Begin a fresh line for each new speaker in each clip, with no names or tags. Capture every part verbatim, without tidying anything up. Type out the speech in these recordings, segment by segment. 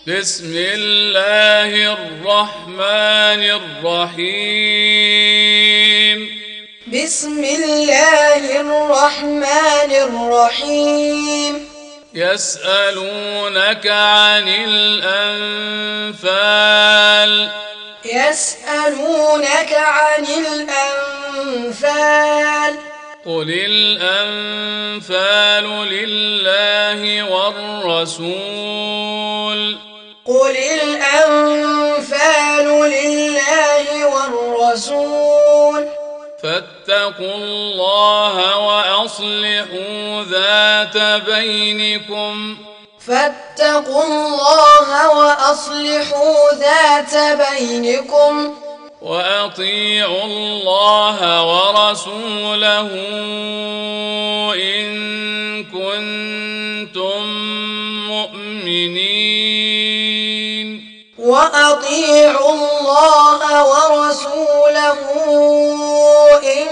بسم الله الرحمن الرحيم
بسم الله الرحمن الرحيم
يسألونك عن الأنفال
يسألونك عن الأنفال
قل الأنفال لله والرسول
قل الأنفال لله والرسول
فاتقوا الله وأصلحوا ذات بينكم
فاتقوا الله وأصلحوا ذات بينكم
وأطيعوا الله ورسوله إن كنتم مؤمنين
وأطيعوا الله ورسوله إن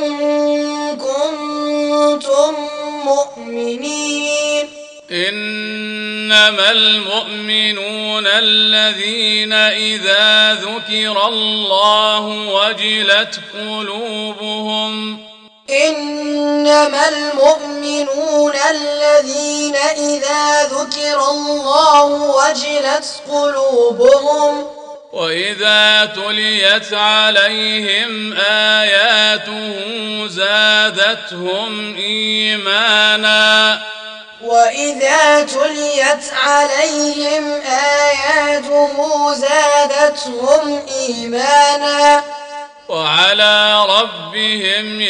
كنتم مؤمنين
إنما المؤمنون الذين إذا ذكر الله وجلت قلوبهم
إنما المؤمنون الذين إذا ذكر الله وجلت قلوبهم
وإذا تليت عليهم آياته زادتهم إيمانا
وإذا تليت عليهم آياته زادتهم إيمانا
وعلى ربهم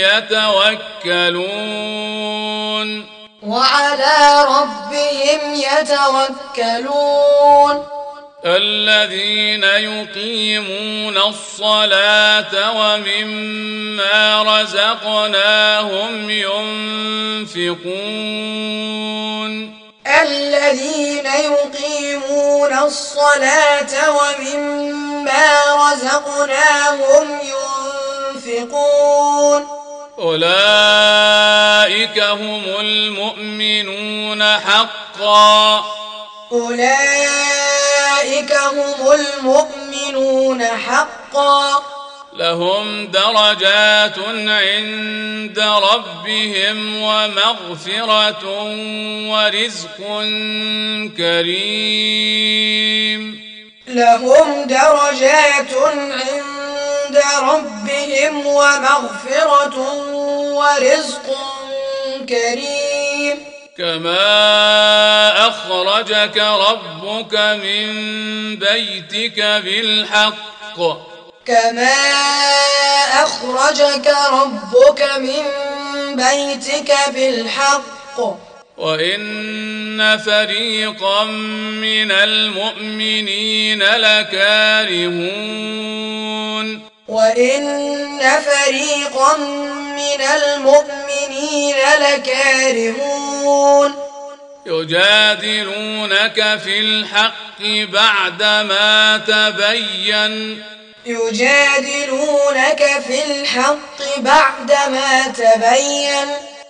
يتوكلون
وعلى ربهم يتوكلون
الذين يقيمون الصلاة ومما رزقناهم ينفقون
الذين يقيمون الصلاة ومما رزقناهم ينفقون
أولئك هم المؤمنون حقا
أولئك هم المؤمنون حقا
لهم درجات عند ربهم ومغفرة ورزق كريم
لهم درجات عند ربهم ومغفرة ورزق كريم
كما أخرجك ربك من بيتك بالحق
كما أخرجك ربك من بيتك بالحق
وإن فريقا من المؤمنين لكارهون
وإن فريقا من المؤمنين لكارهون
يجادلونك في الحق بعدما تبين
يجادلونك في الحق بعدما تبين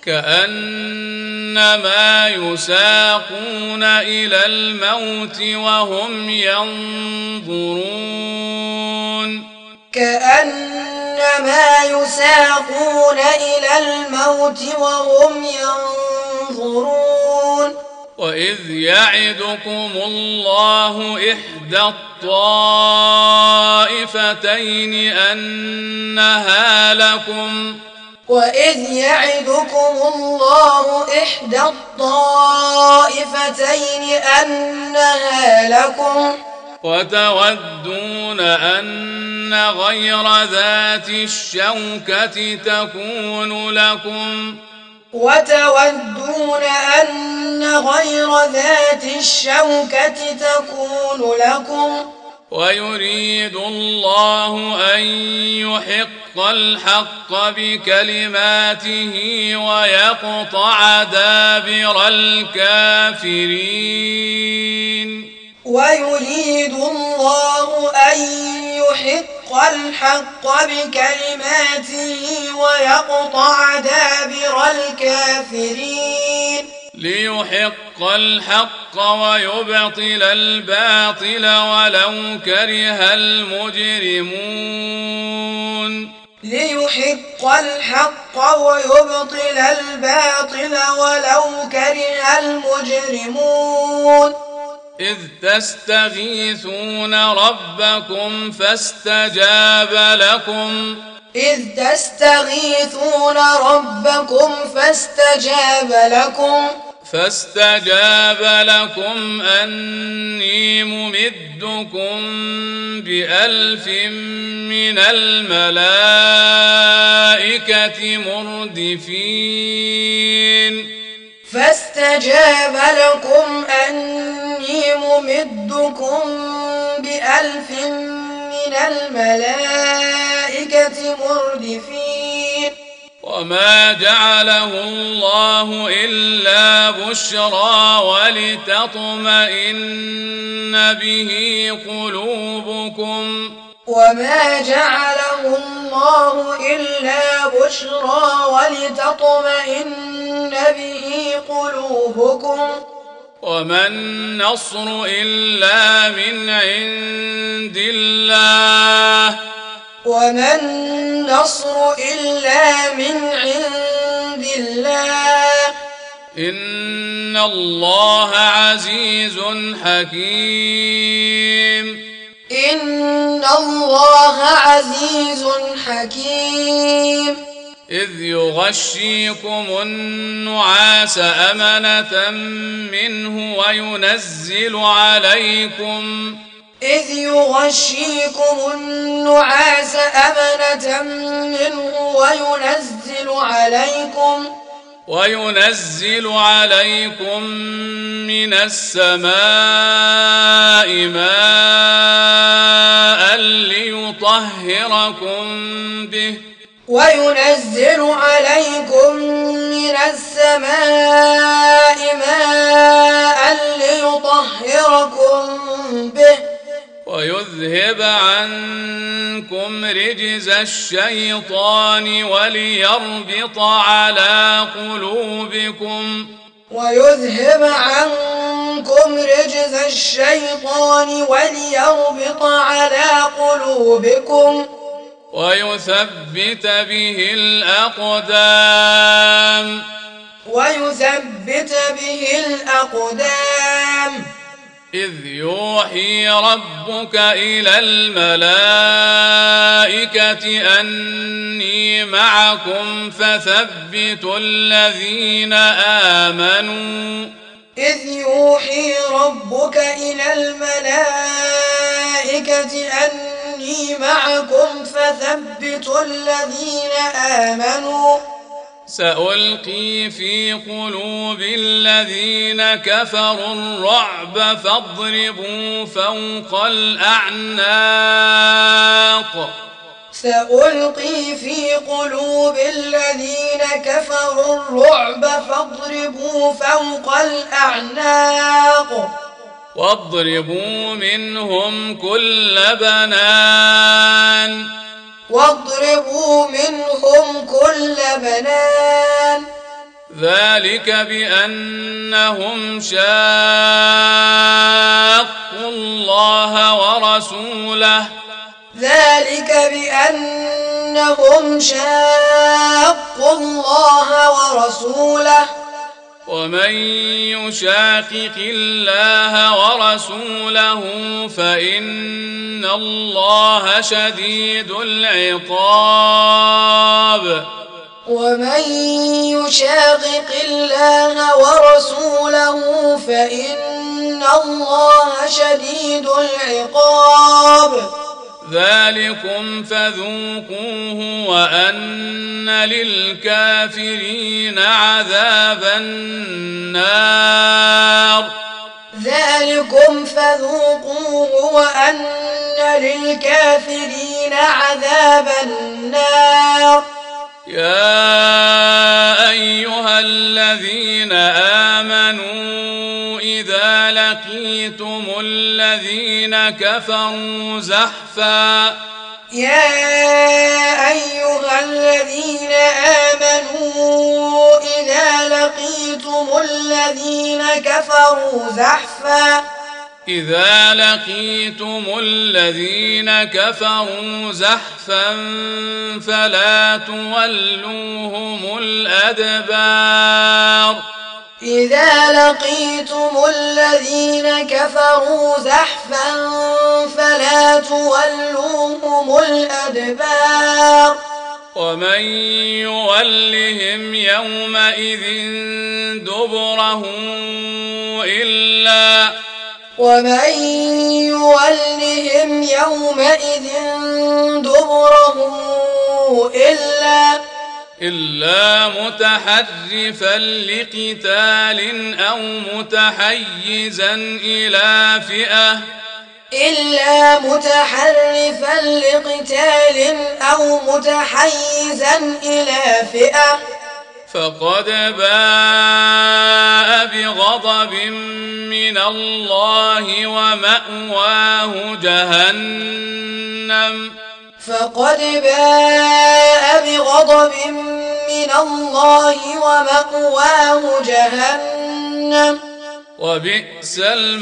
كأنما يساقون إلى الموت وهم ينظرون
كأنما يساقون إلى الموت وهم ينظرون
وإذ يعدكم الله إحدى الطائفتين أنها لكم
وإذ يعدكم الله إحدى الطائفتين أنها لكم
وتودون أن غير ذات الشوكة تكون لكم
وتودون أن غير ذات الشوكة تكون لكم
ويريد الله أن يحق الحق بكلماته ويقطع دابر الكافرين
ويريد الله أن يحق الحق بكلماته ويقطع دابر الكافرين
ليحق الحق ويبطل الباطل ولو كره المجرمون
ليحق الحق ويبطل الباطل ولو كره المجرمون
إذ تستغيثون ربكم فاستجاب لكم
إذ تستغيثون ربكم فاستجاب لكم
فاستجاب لكم أني ممدكم بألف من الملائكة مردفين
فاستجاب لكم أني ممدكم بألف من الملائكة مردفين
وما جعله الله إلا بشرى ولتطمئن به قلوبكم
وما جعله الله إلا بشرى ولتطمئن به قلوبكم
وما النصر إلا من عند الله
وما النصر إلا من عند الله
إن الله عزيز حكيم
إن الله عزيز حكيم
إذ يغشيكم النعاس أمنة منه وينزل عليكم
إذ يغشيكم النعاس أمنة منه وينزل عليكم
وينزل عليكم من السماء ماء ليطهركم به
وينزل عليكم من السماء ماء ليطهركم به
ويذهب عنكم رجز الشيطان وليربط على قلوبكم
ويذهب عنكم رجز الشيطان وليربط على قلوبكم
ويثبت به الأقدام
ويثبت به الأقدام
إذ يوحي ربك إلى الملائكة أني معكم فثبتوا الذين آمنوا
إذ يوحي ربك إلى الملائكة أني معكم فثبتوا الذين آمنوا
سألقي في قلوب الذين كفروا الرعب فاضربوا فوق الأعناق
سألقي في قلوب الذين كفروا الرعب فاضربوا فوق الأعناق
واضربوا منهم كل بنان
واضربوا منهم كل بنان
ذلك بأنهم شاقوا الله ورسوله
ذلك بأنهم شاقوا الله ورسوله
ومن يشاقق الله ورسوله فإن الله شديد العقاب
ومن يشاقق الله ورسوله فإن الله شديد العقاب
ذلكم فذوقوه وأن للكافرين عذاب النار
ذلكم فذوقوه وأن للكافرين عذاب النار
يا أيها الذين آمنوا إذا لقيتم الذين كفروا زحفا
يا أيها الذين آمنوا إذا لقيتم الذين كفروا زحفا
إذا لقيتم الذين كفروا زحفا فلا تولوهم الأدبار
إذا لقيتم الذين كفروا زحفا فلا تولوهم الأدبار
ومن يولهم يومئذ دبره إلا
ومن يولهم يومئذ دبره إلا
إلا متحرفا لقتال أو متحيزا إلى فئة
إلا متحرفا لقتال أو متحيزا إلى فئة
فقد باء بغضب من الله ومأواه جهنم
فقد باء بغضب من الله ومأواه جهنم
وبئس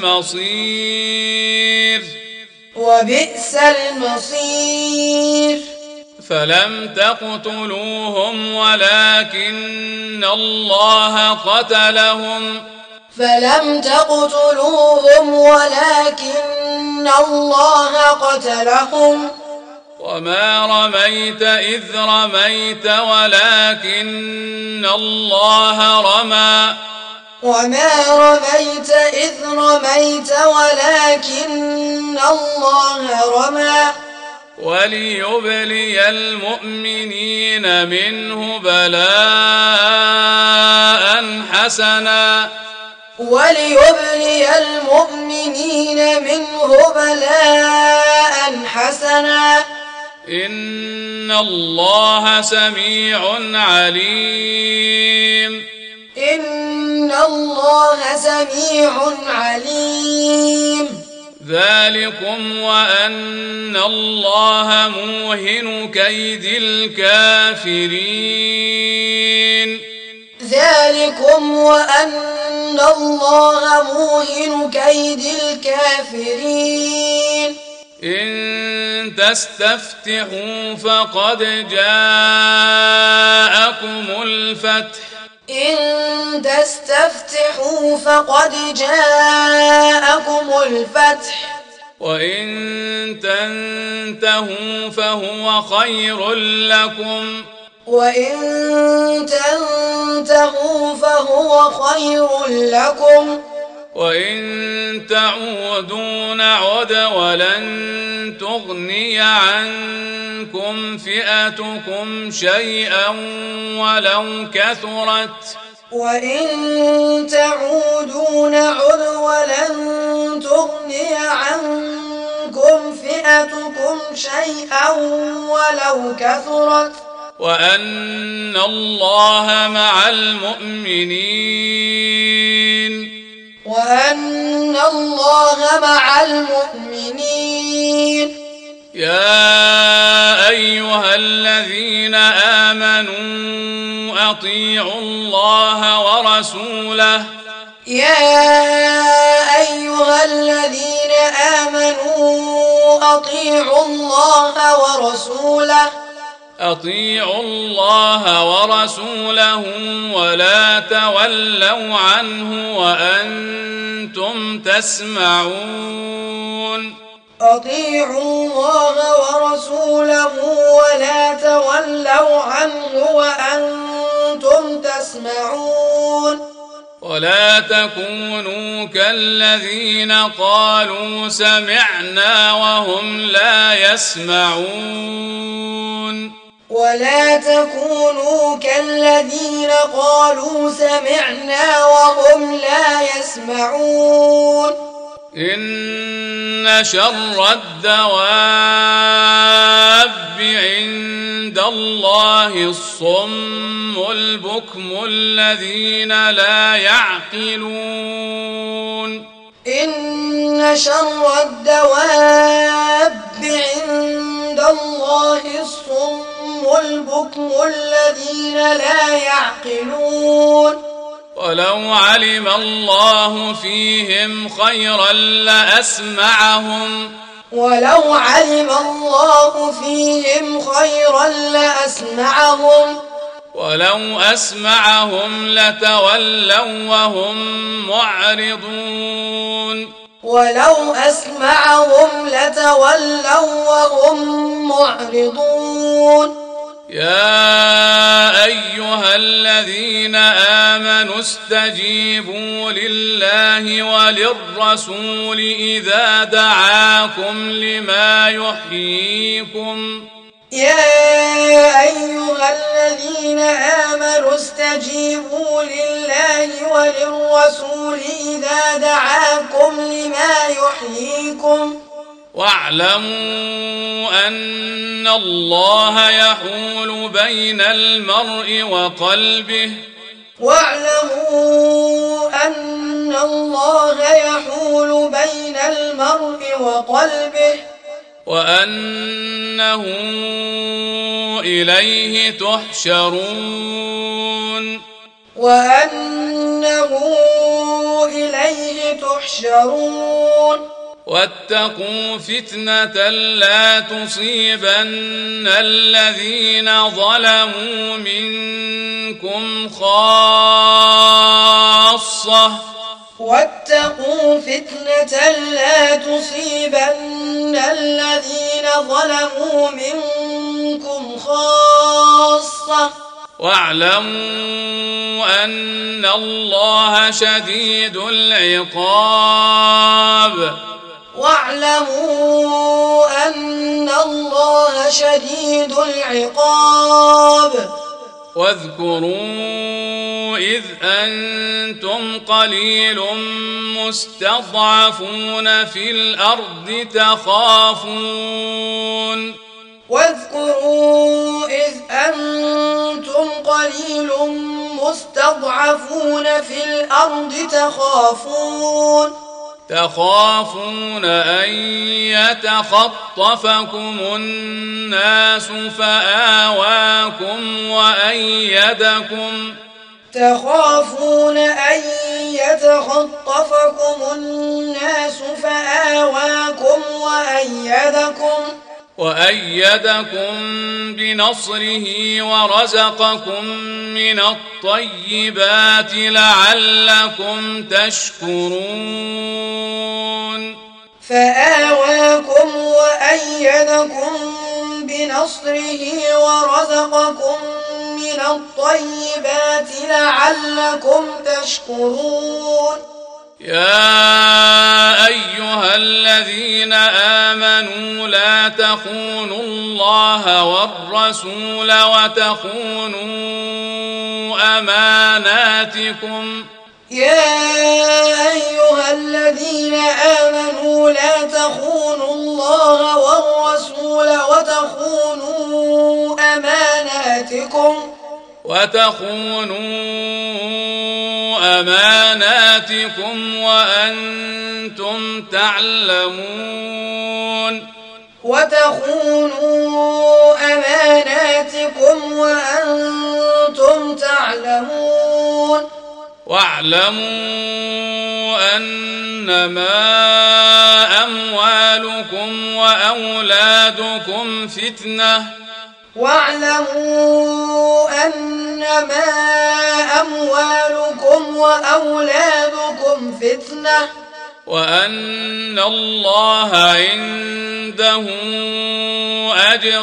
المصير
وبئس المصير
فلم تقتلوهم ولكن الله قتلهم
فلم تقتلوهم ولكن الله قتلهم
وما رميت إذ رميت ولكن الله رمى
وما رميت إذ رميت ولكن الله رمى
وليبلي المؤمنين منه بلاء حسنا
وليبلي المؤمنين منه بلاء حسنا
إن الله سميع عليم
إن الله سميع عليم
ذلكم وأن الله موهن كيد الكافرين
ذلكم وأن الله موهن كيد الكافرين
إن تستفتحوا فقد جاءكم الفتح
إن تستفتحوا فقد جاءكم الفتح
وإن تنتهوا فهو خير لكم
وإن تنتهوا فهو خير لكم
وإن تعودوا نعد ولن تغني عنكم فئتكم شيئا ولو كثرت
وإن تعودوا نعد ولن تغني عنكم فئتكم شيئا ولو كثرت
وأن الله مع المؤمنين
وأن الله مع المؤمنين
يا أيها الذين آمنوا أطيعوا الله ورسوله
يا أيها الذين آمنوا أطيعوا الله ورسوله
أطيعوا الله ورسوله ولا تولوا عنه وأنتم تسمعون
أطيعوا الله ورسوله ولا تولوا عنه وأنتم تسمعون
ولا تكونوا كالذين قالوا سمعنا وهم لا يسمعون
ولا تكونوا كالذين قالوا سمعنا وهم لا يسمعون
إن شر الدواب عند الله الصم البكم الذين لا يعقلون
إن شر الدواب عند الله الصم البكم الذين لا يعقلون
ولو علم الله فيهم خيرا لأسمعهم
ولو علم الله فيهم خيرا لأسمعهم
ولو أسمعهم لتولوا وهم معرضون
ولو أسمعهم لتولوا وهم معرضون
يا أيها الذين آمنوا استجيبوا لله وللرسول إذا دعاكم لما يحييكم
يا أيها الذين آمنوا استجيبوا لله وللرسول إذا دعاكم لما يحييكم
واعلموا أن الله يحول بين المرء وقلبه
واعلموا أن الله يحول بين المرء وقلبه
وأنه إليه تحشرون
وأنه إليه تحشرون
واتقوا فتنة لا تصيبن الذين ظلموا منكم خاصة
واتقوا فتنة لا تصيبن الذين ظلموا منكم خاصة
واعلموا أن الله شديد العقاب
واعلموا أن الله شديد العقاب
واذكروا إذ أنتم قليل مستضعفون في الأرض تخافون
واذكروا إذ أنتم قليل مستضعفون في الأرض تخافون
تخافون أن يتخطفكم الناس فآواكم وأيدكم
تخافون أن يتخطفكم الناس فآواكم وأيدكم
وأيدكم بنصره ورزقكم من الطيبات لعلكم تشكرون
فآواكم وأيدكم بنصره ورزقكم من الطيبات لعلكم تشكرون
يا أيها الذين آمنوا لا تخونوا الله والرسول وتخونوا أماناتكم
يا أيها الذين آمنوا لا تخونوا الله والرسول وتخونوا أماناتكم
وتخونوا أماناتكم وأنتم تعلمون
وتخونوا أماناتكم وأنتم تعلمون
واعلموا أنما أموالكم وأولادكم فتنة
واعلموا أنما أموالكم وأولادكم فتنة
وأن الله عنده أجر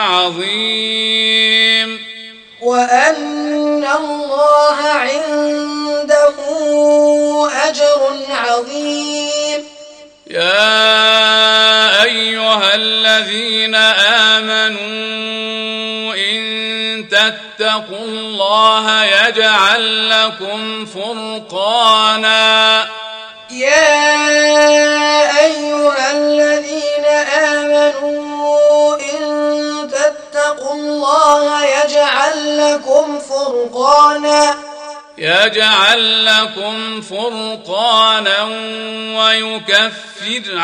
عظيم
وأن الله عنده أجر عظيم
يا أيها الذين آمنوا إن تتقوا الله يجعل لكم فرقانا
يا أيها الذين آمنوا إن تتقوا الله يجعل لكم فرقانا
يجعل لكم فرقانا ويكفر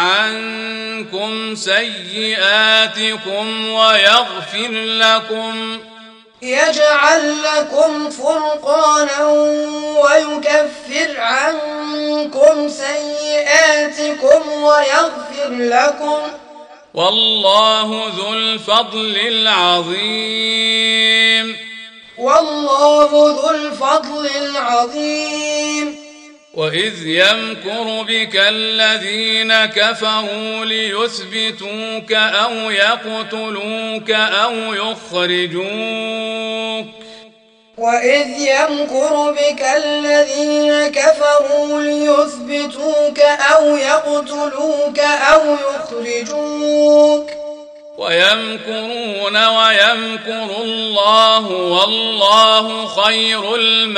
عنكم سيئاتكم ويغفر لكم
يجعل لكم فرقانا ويكفر عنكم سيئاتكم ويغفر لكم
والله ذو الفضل العظيم
والله ذو الفضل العظيم
وإذ يمكر بك الذين كفروا ليثبتوك أو يقتلوك أو يخرجوك
وإذ يمكر بك الذين كفروا ليثبتوك أو يقتلوك أو يخرجوك
ويمكرون ويمكر الله والله خير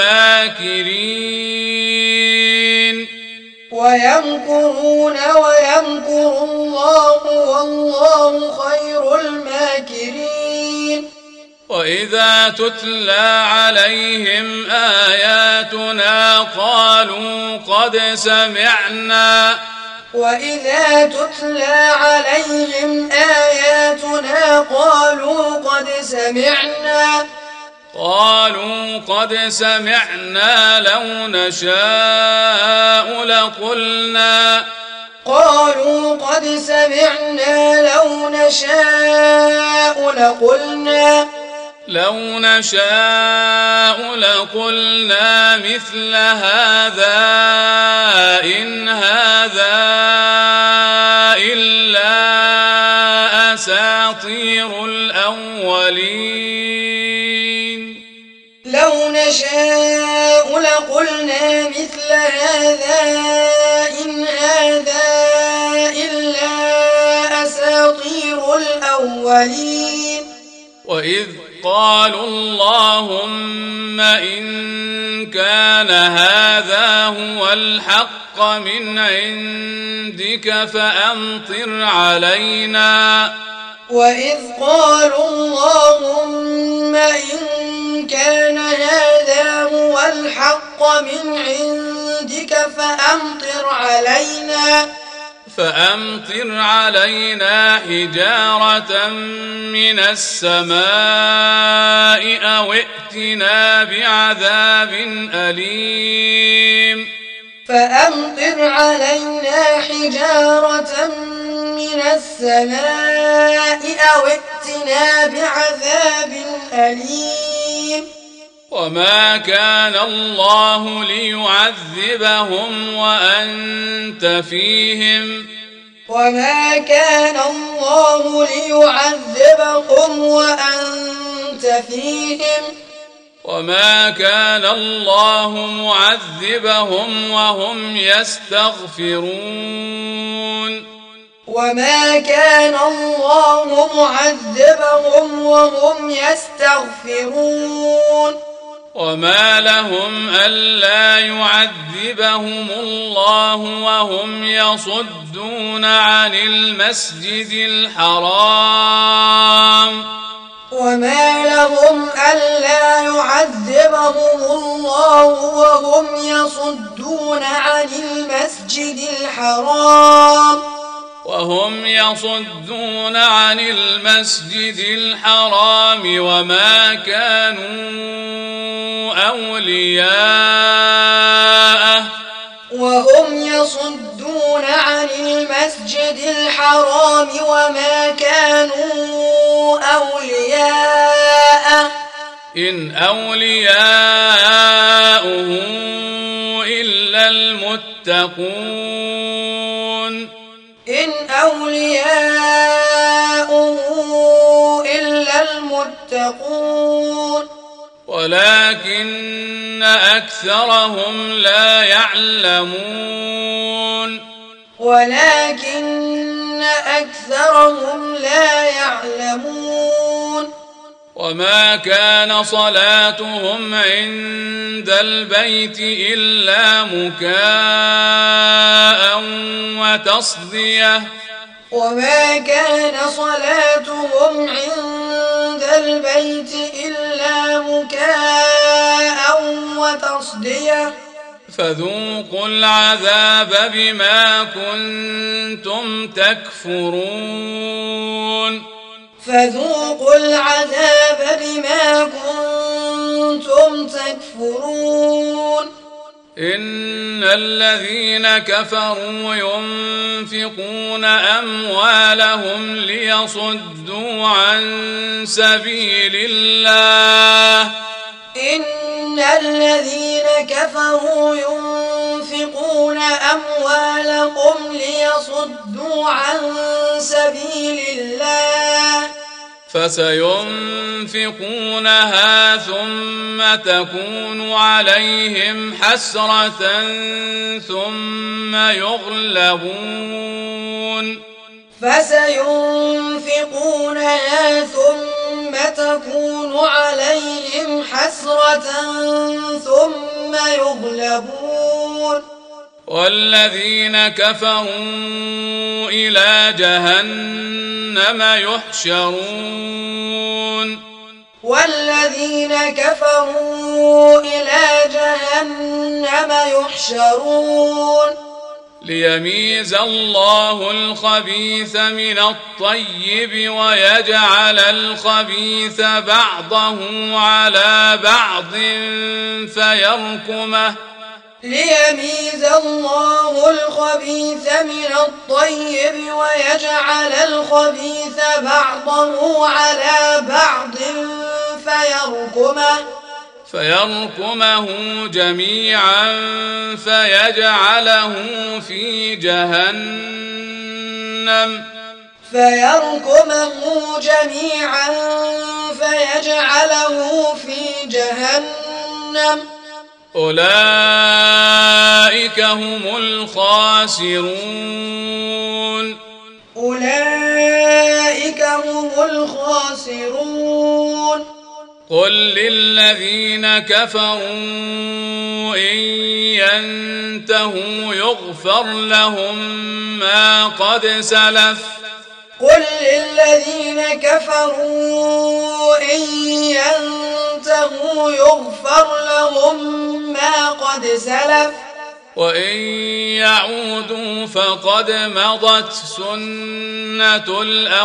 الماكرين
ويمكرون ويمكر الله والله خير الماكرين
وإذا تتلى عليهم آياتنا قالوا قد سمعنا
وإذا تتلى عليهم آياتنا قالوا قد سمعنا
قالوا قد سمعنا لو نشاء لقلنا
قالوا قد سمعنا لو نشاء لقلنا
لو نشاء لقلنا مثل هذا إن هذا إلا أساطير الأولين
لو نشاء لقلنا مثل هذا إن هذا إلا أساطير الأولين
وإذ قالوا اللهم إن كان هذا هو الحق من عندك فأمطر علينا
وإذ قالوا اللهم إن كان هذا هو الحق من عندك فأمطر علينا
فأمطر علينا حجارة من السماء أو ائتنا بعذاب أليم
فأمطر علينا حجارة من السماء أو ائتنا بعذاب أليم
وما كان الله ليعذبهم وأنت فيهم
وما كان الله ليعذبهم وأنت فيهم
وما كان الله معذبهم وهم يستغفرون
وما كان الله معذبهم وهم يستغفرون
وما لهم ألا يعذبهم الله وهم يصدون عن المسجد الحرام
وما لهم ألا يعذبهم الله وهم يصدون عن المسجد الحرام
وهم يصدون عن المسجد الحرام وما كانوا أولياءه
وهم يصدون عن المسجد الحرام وما كانوا أولياءه
إن أولياؤه إلا المتقون
إن أولياؤه إلا المتقون
ولكن أكثرهم لا يعلمون
ولكن أكثرهم لا يعلمون
وما كان صلاتهم عند البيت إلا مكاء وتصدية
وما كان صلاتهم عند البيت إلا مكاء وتصدية
فذوقوا العذاب بما كنتم تكفرون
فذوقوا العذاب بما كنتم تكفرون
إن الذين كفروا ينفقون أموالهم ليصدوا عن سبيل الله
إن الذين كفروا ينفقون أموالهم ليصدوا عن سبيل الله
فسينفقونها ثم تكون عليهم حسرة ثم يغلبون
فسينفقونها ثم تكون عليهم حسرة ثم يغلبون
والذين كفروا إلى جهنم يحشرون
والذين كفروا إلى جهنم يحشرون
ليميز الله الخبيث من الطيب ويجعل الخبيث بعضه على بعض فيركمه
ليميز الله الخبيث من الطيب ويجعل الخبيث بعضه على بعض فيركمه
فيركمه جميعا فيجعله في جهنم
فيركمه جميعا فيجعله في جهنم
أولئك هم الخاسرون
أولئك هم الخاسرون
قل للذين كفروا إن ينتهوا يغفر لهم ما قد سلف
قل للذين كفروا إن ينتهوا يغفر لهم ما قد سلف
وإن يعودوا فقد مضت سنة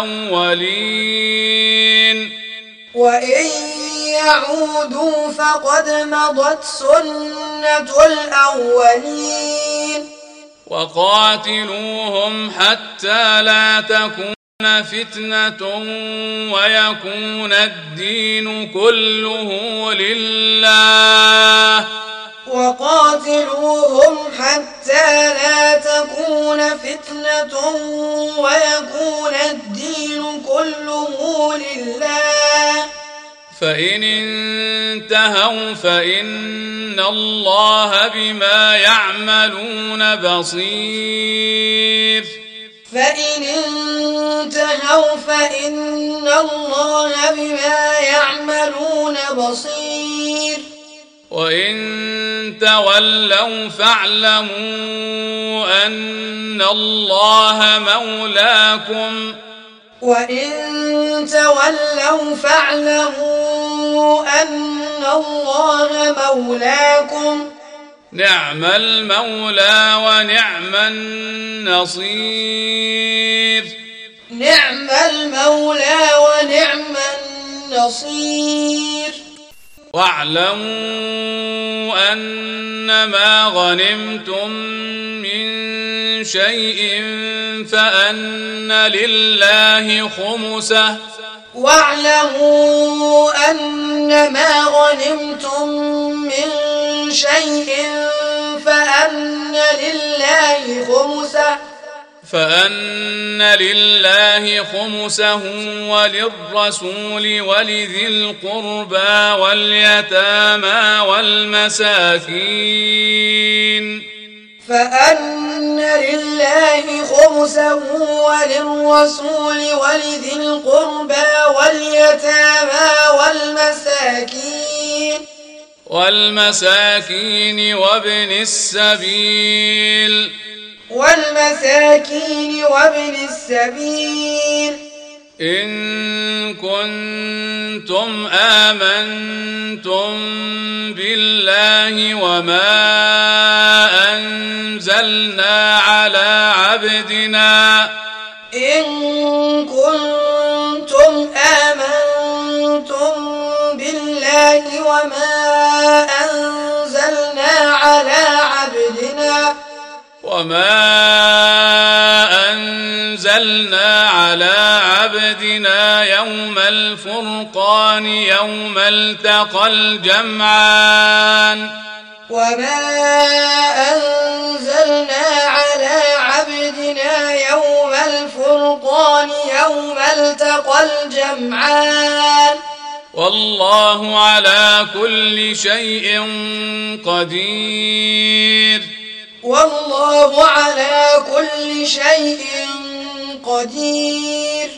الأولين
وإن يعودوا فقد مضت سنة الأولين
وقاتلوهم حتى لا تكون فتنة ويكون الدين كله لله
وقاتلوهم حتى لا تكون فتنة ويكون الدين كله لله
فإن انتهوا فإن الله بما يعملون بصير
فإن انتهوا فإن الله بما يعملون بصير
وإن تولوا فاعلموا أن الله مولاكم
وإن تولوا فاعلموا أن الله مولاكم
نعم المولى ونعم النصير
نعم المولى ونعم النصير
واعلموا أنما غنمتم من شيء فأن لله خمسه
واعلموا أنما غنمتم من شيء فأن لله خمسه
فأن لله خمسه وللرسول ولذي القربى واليتامى والمساكين
فأن لله خمسه وللرسول ولذي القربى واليتامى والمساكين
والمساكين وابن السبيل
والمساكين وابن السبيل
إن كنتم آمنتم بالله وما أنزلنا على عبدنا
إن كنتم آمنتم وما أنزلنا على عبدنا
وما أنزلنا على عبدنا يوم الفرقان يوم التقى الجمعان
وما أنزلنا على عبدنا يوم الفرقان يوم التقى الجمعان
والله على كل شيء قدير
والله على كل شيء قدير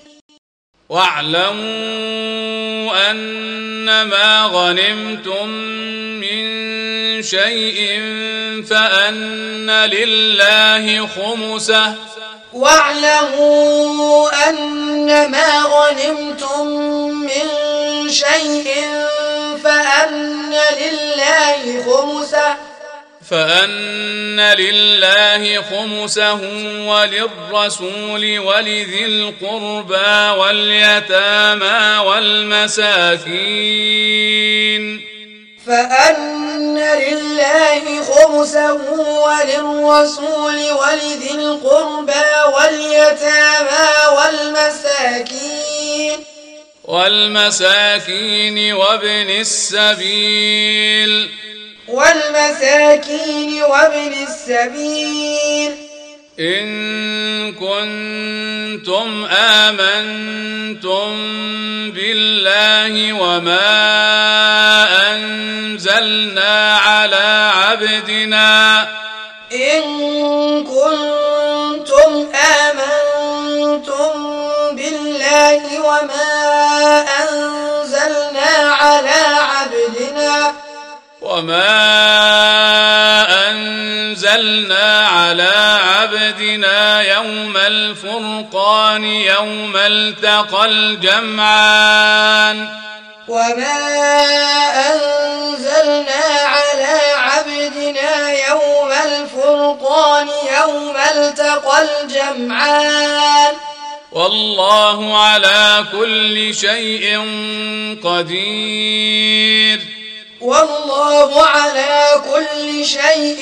واعلموا أنما غنمتم من شيء فأن لله خمسه
واعلموا أنما غنمتم من شيء فأن لله خمسه
فأن لله خمسه وللرسول ولذي القربى واليتامى والمساكين
فأن لله خمسه وللرسول ولذي القربى واليتامى والمساكين
والمساكين وابن السبيل
والمساكين وابن السبيل
إن كنتم آمنتم بالله وما أنزلنا على عبدنا
إن كنتم آمنتم بالله وما أنزلنا على عبدنا
وما أنزلنا على عبدنا يوم الفرقان يوم التقى الجمعان
وما أنزلنا على عبدنا يوم الفرقان يوم التقى الجمعان
والله على كل شيء قدير
والله على كل شيء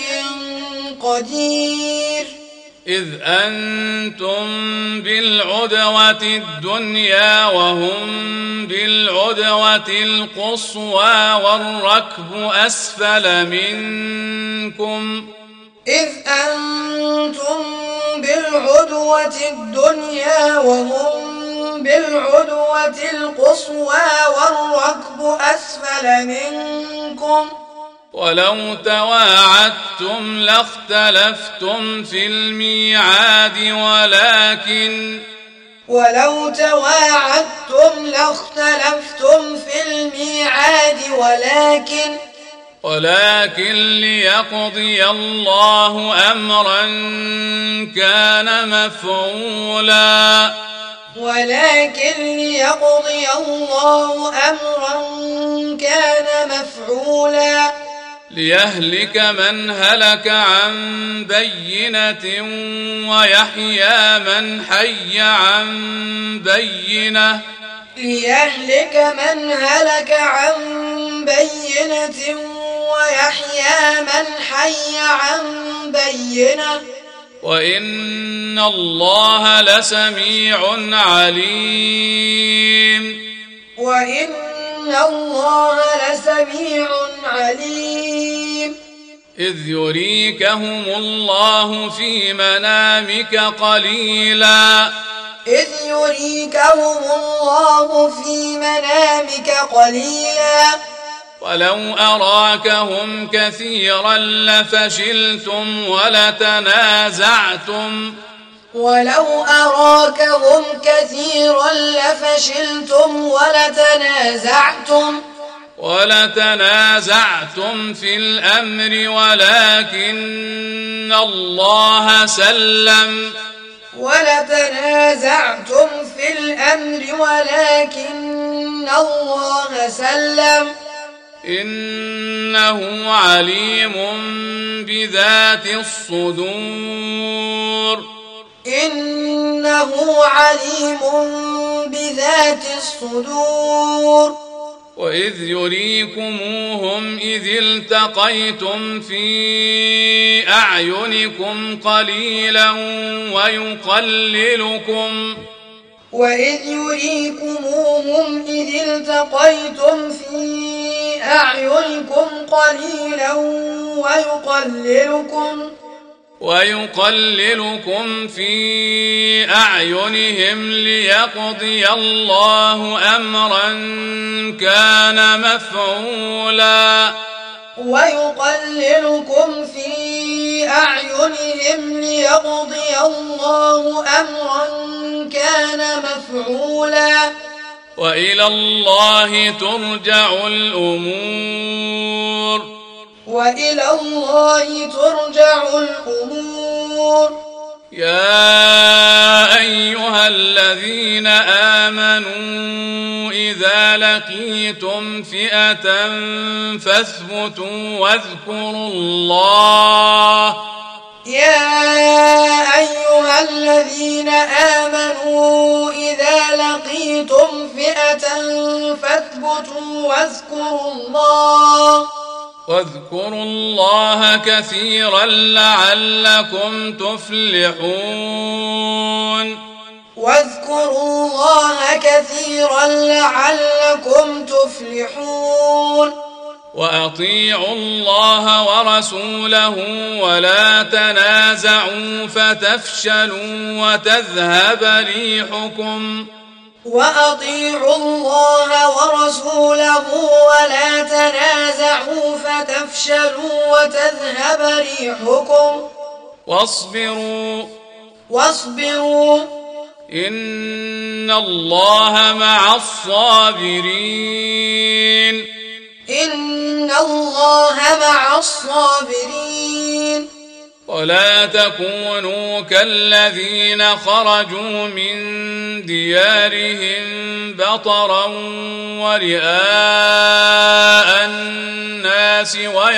قدير
إذ أنتم بالعدوة الدنيا وهم بالعدوة القصوى والركب أسفل منكم
إذ أنتم بالعدوة الدنيا وهم بالعدوة القصوى والركب أسفل منكم
ولو تواعدتم لاختلفتم في الميعاد ولكن
ولو تواعدتم لاختلفتم في الميعاد ولكن
ولكن ليقضي الله أمرا كان مفعولا
ولكن ليقضي الله أمرا كان مفعولا
ليهلك من هلك عن بينة ويحيى من حي عن بينة
ليهلك من هلك عن بينة ويحيى من حي عن بينة
وإن الله لسميع عليم
وإن الله لسميع عليم
إذ يريكهم الله في منامك قليلا
إذ يريكهم الله في منامك قليلا
ولو أراكهم كثيرا لفشلتم ولتنازعتم
ولو أراكهم كثيرا لفشلتم ولتنازعتم
ولتنازعتم في الأمر ولكن الله سلم
ولتنازعتم في الأمر ولكن الله سلم
إنه عليم بذات الصدور
إنه عليم بذات الصدور
وإذ يريكموهم إذ التقيتم في أعينكم قليلا ويقللكم
وإذ يريكموهم إذ التقيتم في أعينكم قليلا ويقللكم
ويقللكم في أعينهم ليقضي الله أمرا كان مفعولا
ويقللكم في أعينهم ليقضي الله أمرا كان مفعولا
وإلى الله ترجع الأمور
وإلى الله ترجع الأمور
يا أيها الذين آمنوا إذا لقيتم فئة فاثبتوا واذكروا الله
يا أيها الذين آمنوا إذا لقيتم فئة فاثبتوا واذكروا الله
واذكروا الله كثيرا لعلكم تفلحون
واذكروا الله كثيرا لعلكم تفلحون
وأطيعوا الله ورسوله ولا تنازعوا فتفشلوا وتذهب ريحكم
وأطيعوا الله ورسوله ولا تنازعوا فتفشلوا وتذهب ريحكم
واصبروا
واصبروا
إن الله مع الصابرين
إن الله مع الصابرين
ولا تكونوا كالذين خرجوا من ديارهم بطرا ورئاء الناس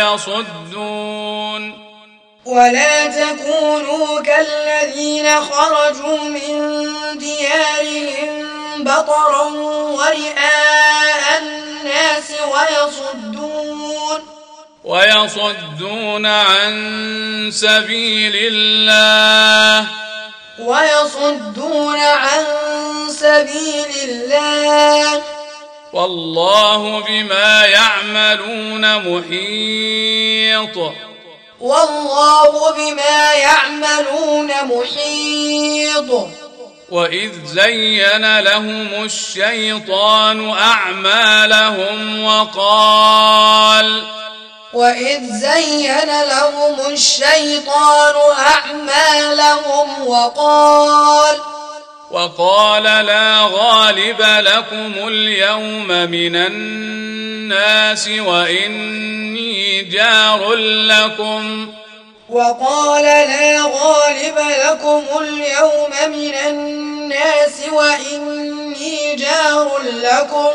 ويصدون
ولا تكونوا كالذين خرجوا من ديارهم بطرا ورئاء الناس ويصدون
ويصدون عن سبيل الله
ويصدون عن سبيل الله
والله بما يعملون محيط
والله بما يعملون محيط
وإذ زين لهم الشيطان أعمالهم وقال
وإذ زين لهم الشيطان أعمالهم وقال
وقال لا غالب لكم اليوم من الناس وإني جار لكم
وقال لا غالب لكم اليوم من الناس وإني جار لكم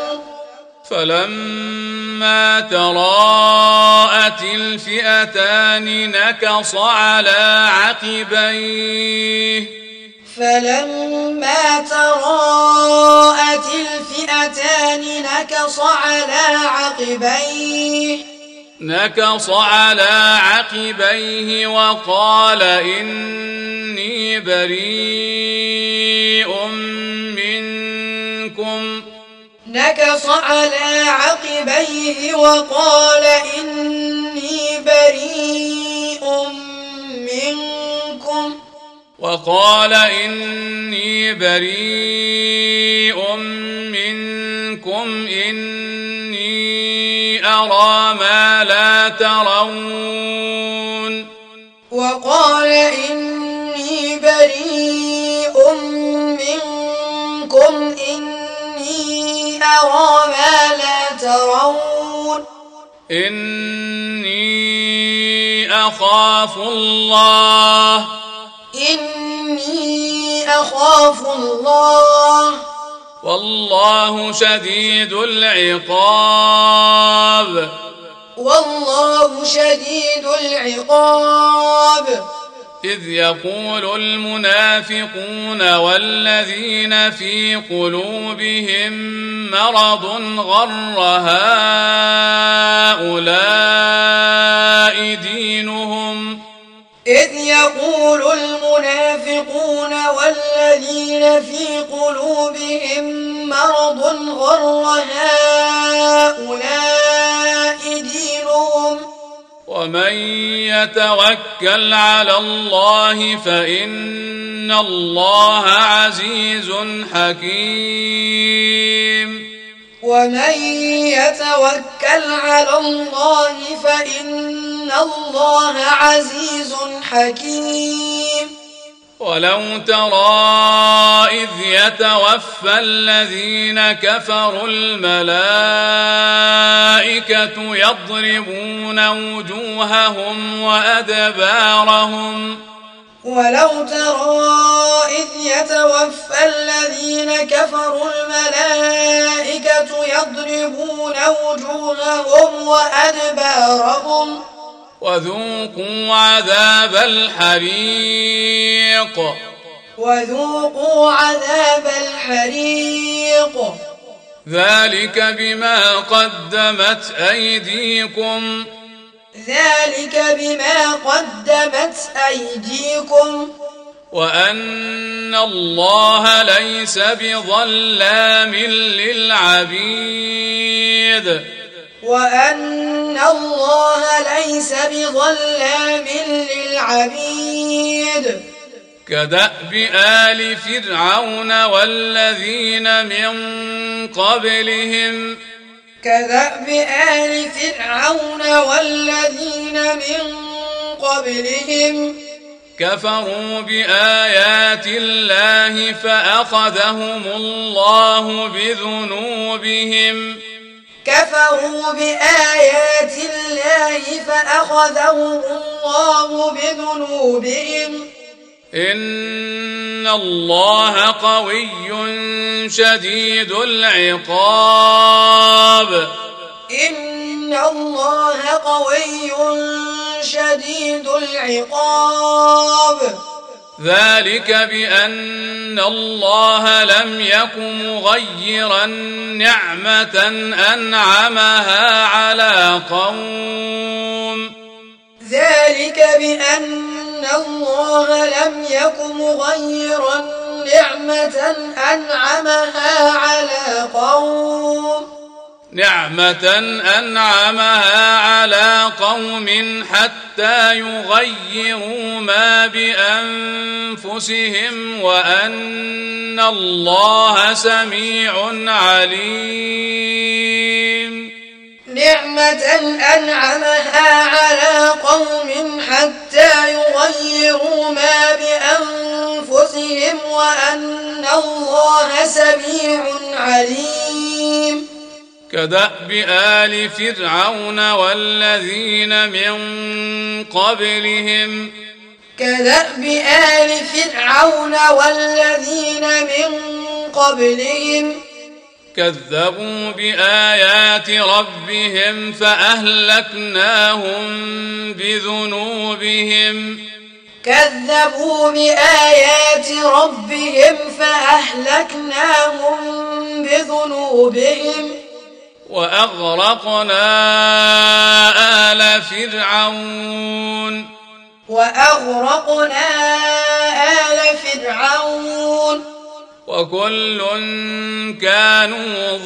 فلما تراءت الفئتان نكص على عقبيه
فلما تراءت الفئتان نكص على عقبيه
نكص على عقبيه وقال إني بريء منكم
نكص على عقبيه وقال إني بريء منكم
وقال إني بريء منكم إني أرى ما لا ترون
وقال إني بريء منكم إني أرى ما لا ترون
إني أخاف الله
إني أخاف الله
والله شديد العقاب
والله شديد العقاب
إذ يقول المنافقون والذين في قلوبهم مرض غر هؤلاء دينهم
إذ يقول المنافقون والذين في قلوبهم مرض غر هؤلاء دينهم
ومن يتوكل على الله فإن الله عزيز حكيم
ومن يتوكل على الله فإن الله عزيز حكيم
ولو ترى إذ يتوفى الذين كفروا الملائكة يضربون وجوههم وأدبارهم
ولو ترى إذ يتوفى الذين كفروا الملائكة يضربون وجوههم وأدبارهم
وذوقوا عذاب الحريق
وذوقوا عذاب الحريق
ذلك بما قدمت أيديكم
ذلك بما قدمت أيديكم
وأن الله ليس بظلام للعبيد
وأن الله ليس بظلام للعبيد
كدأب آل فرعون والذين من قبلهم
كدأب آل فرعون والذين من قبلهم
كفروا بآيات الله فأخذهم الله بذنوبهم
كفروا بآيات الله فأخذهم الله بذنوبهم
إن الله قوي شديد العقاب
إن الله قوي شديد العقاب
ذلك بأن الله لم يك مغيرا نعمة أنعمها على قوم
ذلك بأن الله لم يك مغيرا نعمة أنعمها على قوم
نعمة أنعمها على قوم حتى يغيروا ما بأنفسهم وأن الله سميع عليم
نعمة أنعمها على قوم حتى يغيروا ما بأنفسهم وأن الله سميع عليم
كدأب آل فرعون والذين من قبلهم
كدأب آل فرعون والذين من قبلهم
كذبوا بآيات ربهم فأهلكناهم بذنوبهم
كذبوا بآيات ربهم فأهلكناهم بذنوبهم
وأغرقنا آل فرعون
وأغرقنا آل فرعون
وكل كانوا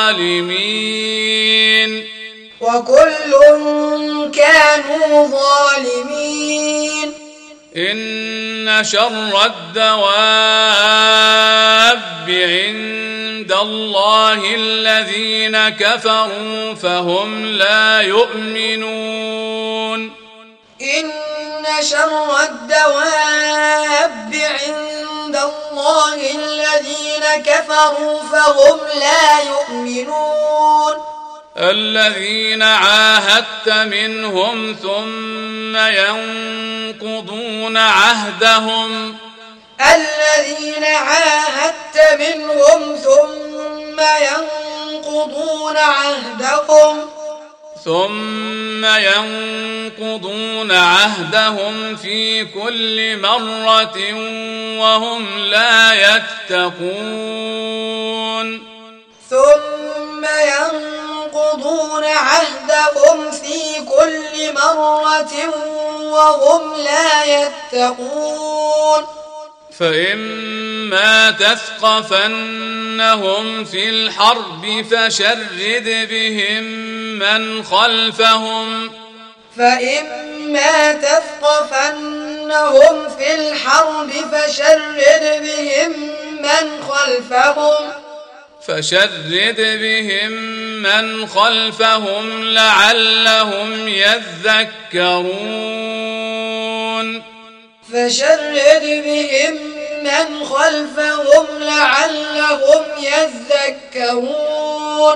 ظالمين
وكل كانوا ظالمين
إن شر الدواب عند الله الذين كفروا فهم لا يؤمنون
إن شر الدواب عند الله الذين كفروا فهم لا يؤمنون
الذين عاهدت منهم ثم ينقضون عهدهم
الذين عاهدت منهم ثم ينقضون عهدهم
ثم ينقضون عهدهم في كل مرة وهم لا يتقون
ثم ينقضون عهدهم في كل مرة وهم لا يتقون
فإما تثقفنهم في الحرب فشرد بهم من خلفهم
فإما تثقفنهم في الحرب فشرد بهم من خلفهم
فشرد بهم من خلفهم لعلهم يذكرون
فشرد بهم من خلفهم لعلهم يذكرون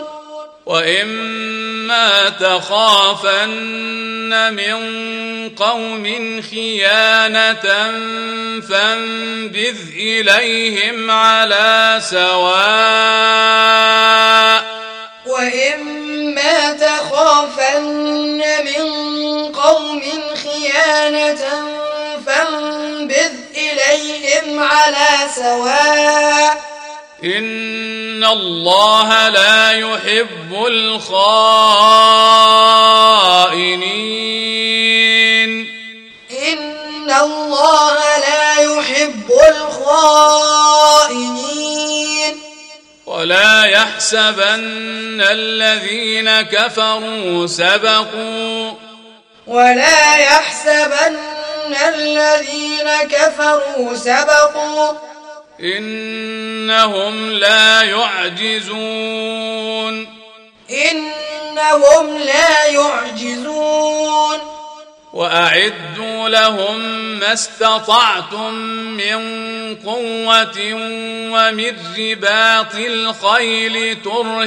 وإما تخافن من قوم خيانة فانبذ إليهم على سواء
وإما تخافن من قوم خيانة فانبذ إليهم على سواء
إن الله لا يحب الخائنين
إن الله لا يحب الخائنين
ولا يحسبن الذين كفروا سبقوا
ولا يحسبن الذين كفروا سبقوا
إنهم لا يعجزون
إنهم لا يعجزون
وأعدوا لهم ما استطعتم من قوة ومن رباط الخيل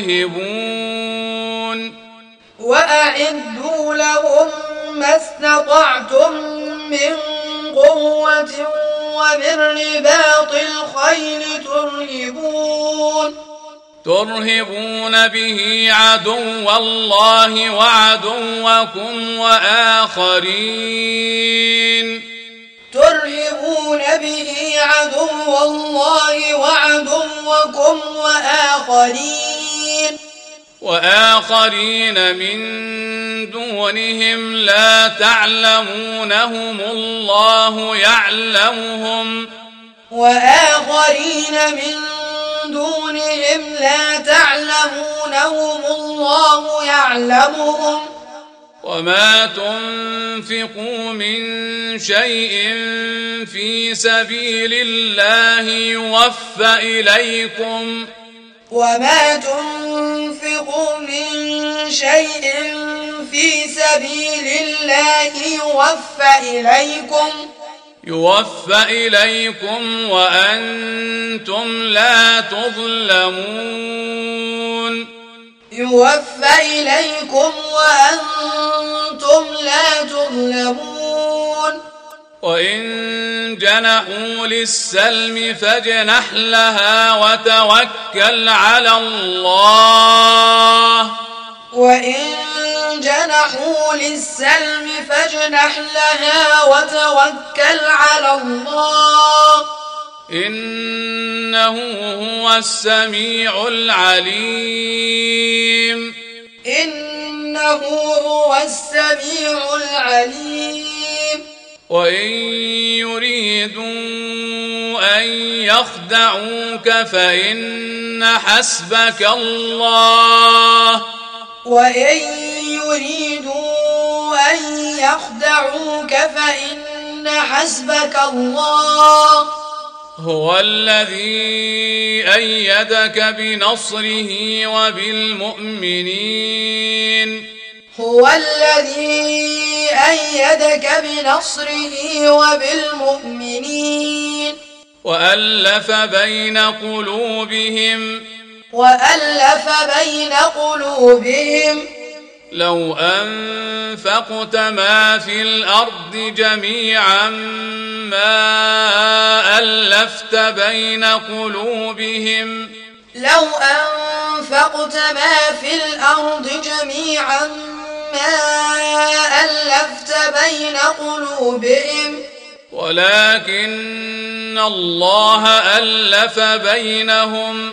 ترهبون
وأعدوا لهم ما استطعتم من قوة ومن رباط الخيل ترهبون
ترهبون به عدو الله وعدوكم وآخرين
ترهبون به عدو الله وعدوكم وآخرين
وآخرين من دونهم لا تعلمونهم الله يعلمهم
وآخرين من دونهم لا تعلمونهم الله يعلمهم
وما تنفقوا من شيء في سبيل الله يوفى إليكم
وما تنفقوا من شيء في سبيل الله يوفى إليكم
يوفى إليكم وأنتم لا تظلمون
يوفى إليكم وأنتم لا تظلمون
وإن جنحوا للسلم فاجنح لها وتوكل على الله
وإن جنحوا للسلم فاجنح لها وتوكل على الله
إنه هو السميع العليم
إنه هو السميع العليم
وإن يريدوا أن يخدعوك فإن حسبك الله
وإن يريدوا أن يخدعوك فإن حسبك الله
هو الذي أيدك بنصره وبالمؤمنين
هو الذي أيدك بنصره وبالمؤمنين
وألف بين قلوبهم
وألف بين قلوبهم
لو أنفقت ما في الأرض جميعا ما ألفت بين قلوبهم
لو أنفقت ما في الأرض جميعا ما ألفت بين قلوبهم
ولكن الله ألف بينهم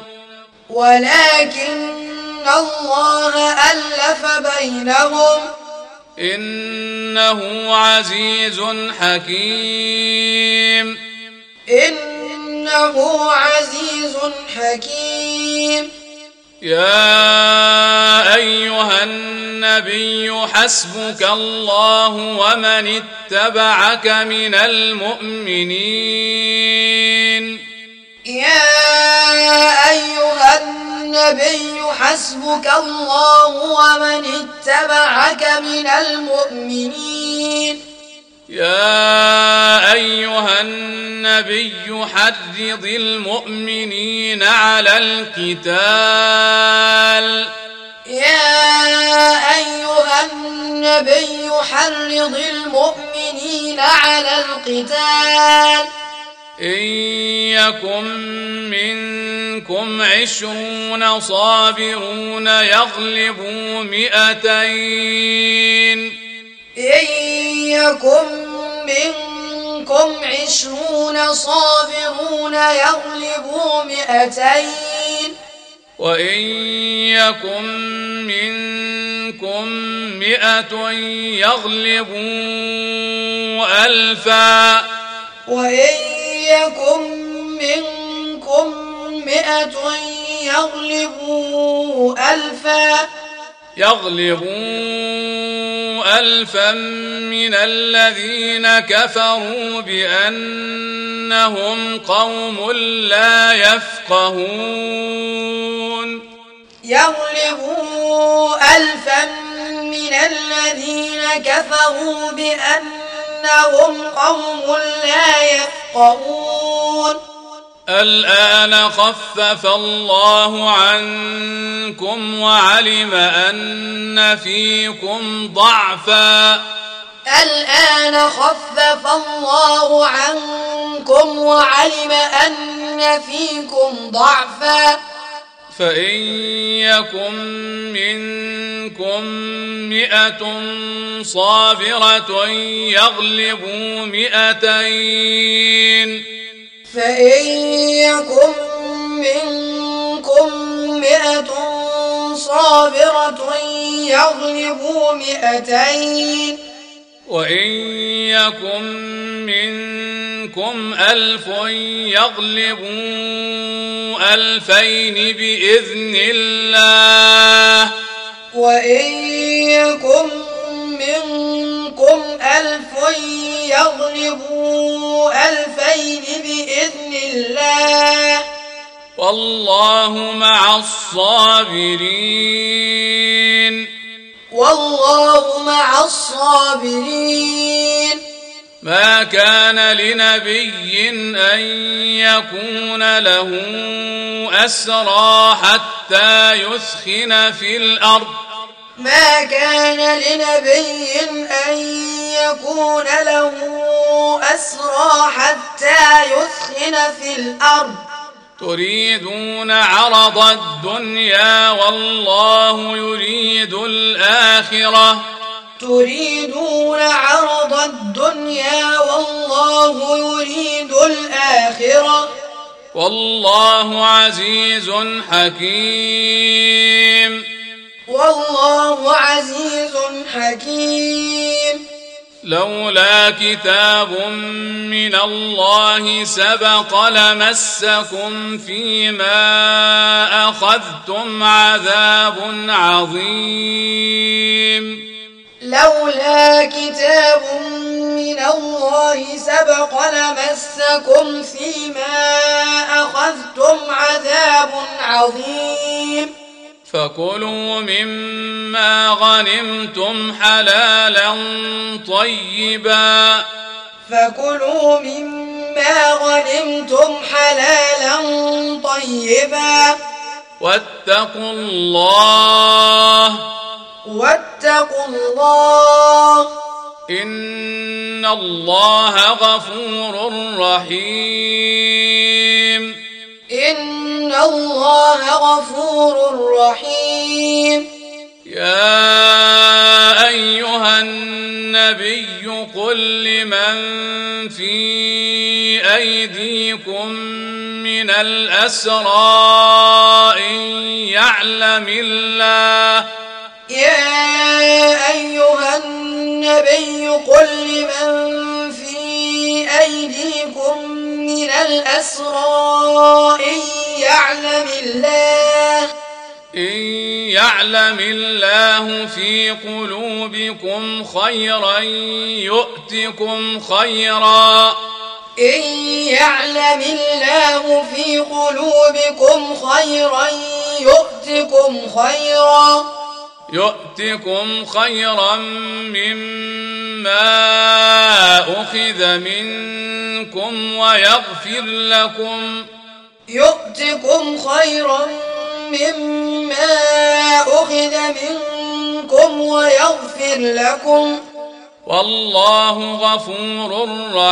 ولكن الله ألف بينهم
إنه عزيز حكيم
إنه عزيز حكيم
يا أيها النبي حسبك الله ومن اتبعك من المؤمنين
يا أيها النبي حسبك الله ومن اتبعك من المؤمنين
يا أيها النبي حرض المؤمنين على القتال
يا أيها النبي حرض المؤمنين على القتال
إن يكن منكم عشرون صابرون يغلبوا مئتين
إن يكن منكم عشرون صابرون يغلبوا مئتين
وإن يكن منكم مئة يغلبوا ألفا
وإن يكن منكم مئة يغلبوا ألفا
يغلبوا ألفا من الذين كفروا بأنهم قوم لا يفقهون
يغلبوا ألفا من الذين كفروا بأنهم قوم لا يفقهون
الآن خفف الله عنكم وعلم أن فيكم ضعفا
الآن خفف الله عنكم وعلم أن فيكم ضعفا
فإن يكن منكم مئة صابرة يغلبوا مئتين
فإن يكن منكم مئة صابرة يغلبوا مئتين
وإن يكن منكم ألف يغلبوا ألفين بإذن الله
وإن يكن منكم ألف يغلبوا ألفين بإذن الله
والله مع الصابرين
والله مع الصابرين
ما كان لنبي أن يكون له أسرى حتى يثخن في الأرض
ما كان لنبي أن يكون له أسرى حتى يثخن في الأرض
تريدون عرض الدنيا والله يريد الآخرة
تريدون عرض الدنيا والله يريد الآخرة
والله عزيز حكيم
والله عزيز حكيم
لولا كتاب من الله سبق لمسكم فيما أخذتم عذاب عظيم
لولا كتاب من الله سبق لمسكم فيما أخذتم عذاب عظيم
فكلوا مما غنمتم حلالا طيبا
فكلوا مما غنمتم حلالا طيبا
واتقوا الله
واتقوا الله
إن الله غفور رحيم
إن الله غفور رحيم
يا أيها النبي قل لمن في أيديكم من الأسرى إن يعلم الله
يا أيها النبي قل لمن في أيديكم من الأسرى إن يعلم الله
إن يعلم الله في قلوبكم خيرا يؤتكم خيرا
إن يعلم الله في قلوبكم خيرا يؤتكم خيرا
يؤتكم خيرا مما أخذ منكم ويغفر لكم
يؤتكم خيرا مما أخذ منكم ويغفر لكم
والله غفور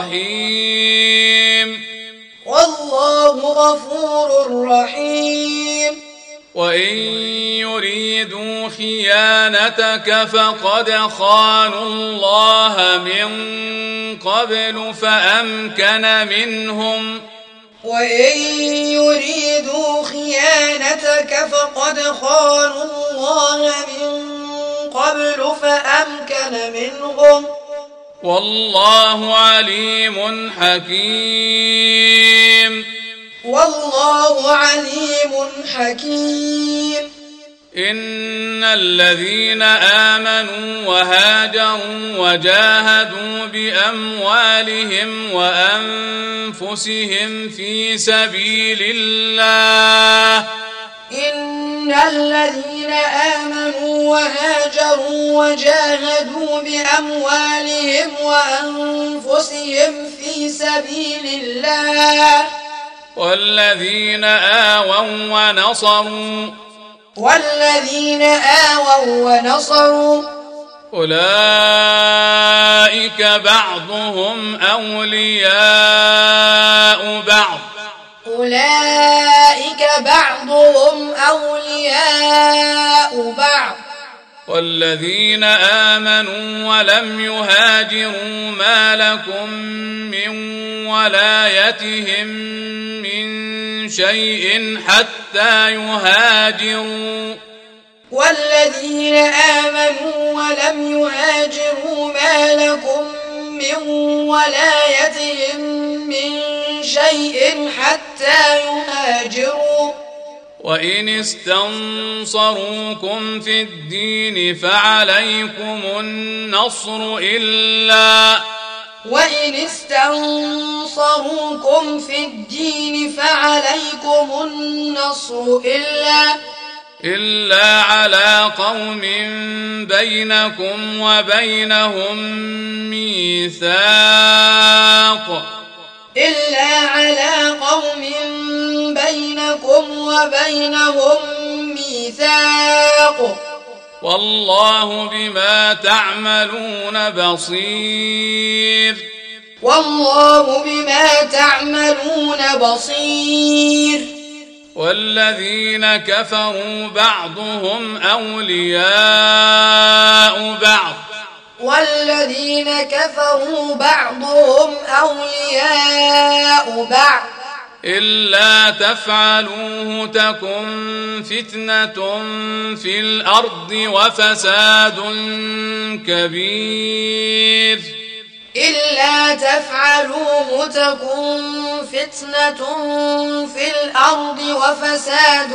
رحيم
والله غفور رحيم
وإن يريدوا خيانتك فقد خانوا الله من قبل فأمكن منهم
وإن يريدوا خيانتك فقد خانوا الله من قبل فأمكن منهم
والله عليم حكيم
والله عليم حكيم
إن الذين آمنوا وهاجروا وجاهدوا بأموالهم وأنفسهم في سبيل الله
إن الذين آمنوا وهاجروا وجاهدوا بأموالهم وأنفسهم في سبيل الله
والذين آووا ونصروا
والذين آووا ونصروا
أولئك بعضهم أولياء بعض
أولئك بعضهم أولياء بعض
والذين آمنوا ولم يهاجروا ما لكم من ولايتهم من شيء حتى يهاجروا
والذين آمنوا ولم يهاجروا ما لكم من ولايتهم من شيء حتى يهاجروا
وإن استنصروكم في الدين فعليكم النصر إلا
وإن استنصروكم في الدين فعليكم النصر إلا
إلا على قوم بينكم وبينهم ميثاق
إلا على قوم بينكم وبينهم ميثاق
والله بما تعملون بصير
والله بما تعملون بصير
والذين كفروا بعضهم أولياء بعض
والذين كفروا بعضهم أولياء بعض
إلا تفعلوه تكن فتنة في الأرض وفساد كبير
إلا تفعلوه تكن فتنة في الأرض وفساد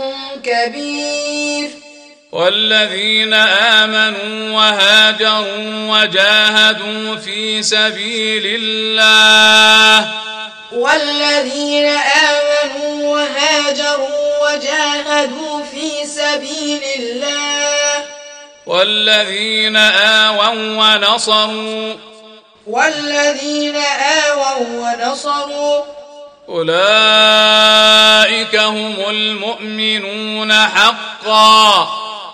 كبير
والذين آمنوا وهاجروا وجاهدوا في سبيل الله
والذين آمنوا وهاجروا وجاهدوا في سبيل الله
والذين آووا ونصروا
والذين آووا ونصروا
أولئك هم المؤمنون حقا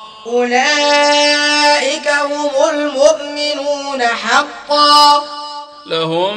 أولئك هم المؤمنون حقا
لهم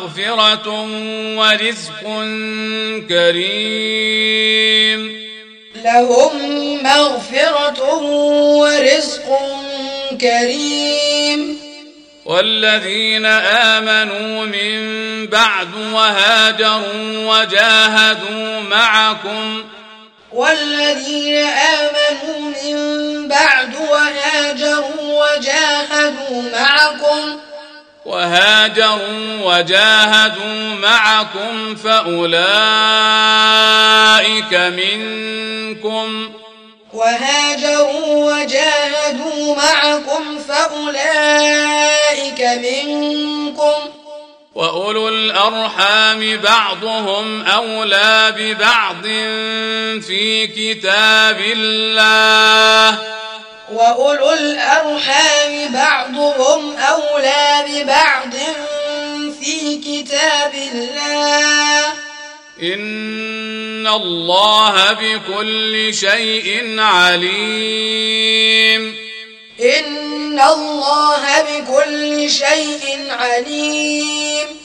مغفرة ورزق كريم
لهم مغفرة ورزق كريم.
والذين آمنوا من بعد وهاجروا وجاهدوا معكم
والذين آمنوا من بعد وهاجروا وجاهدوا معكم
وهاجروا وجاهدوا معكم فأولئك منكم
وهاجروا وجاهدوا معكم فأولئك منكم
وأولو الأرحام بعضهم أولى ببعض في كتاب الله
وأولو الأرحام بعضهم أولى ببعض في كتاب الله
إن الله بكل شيء عليم.
إن الله بكل شيء عليم.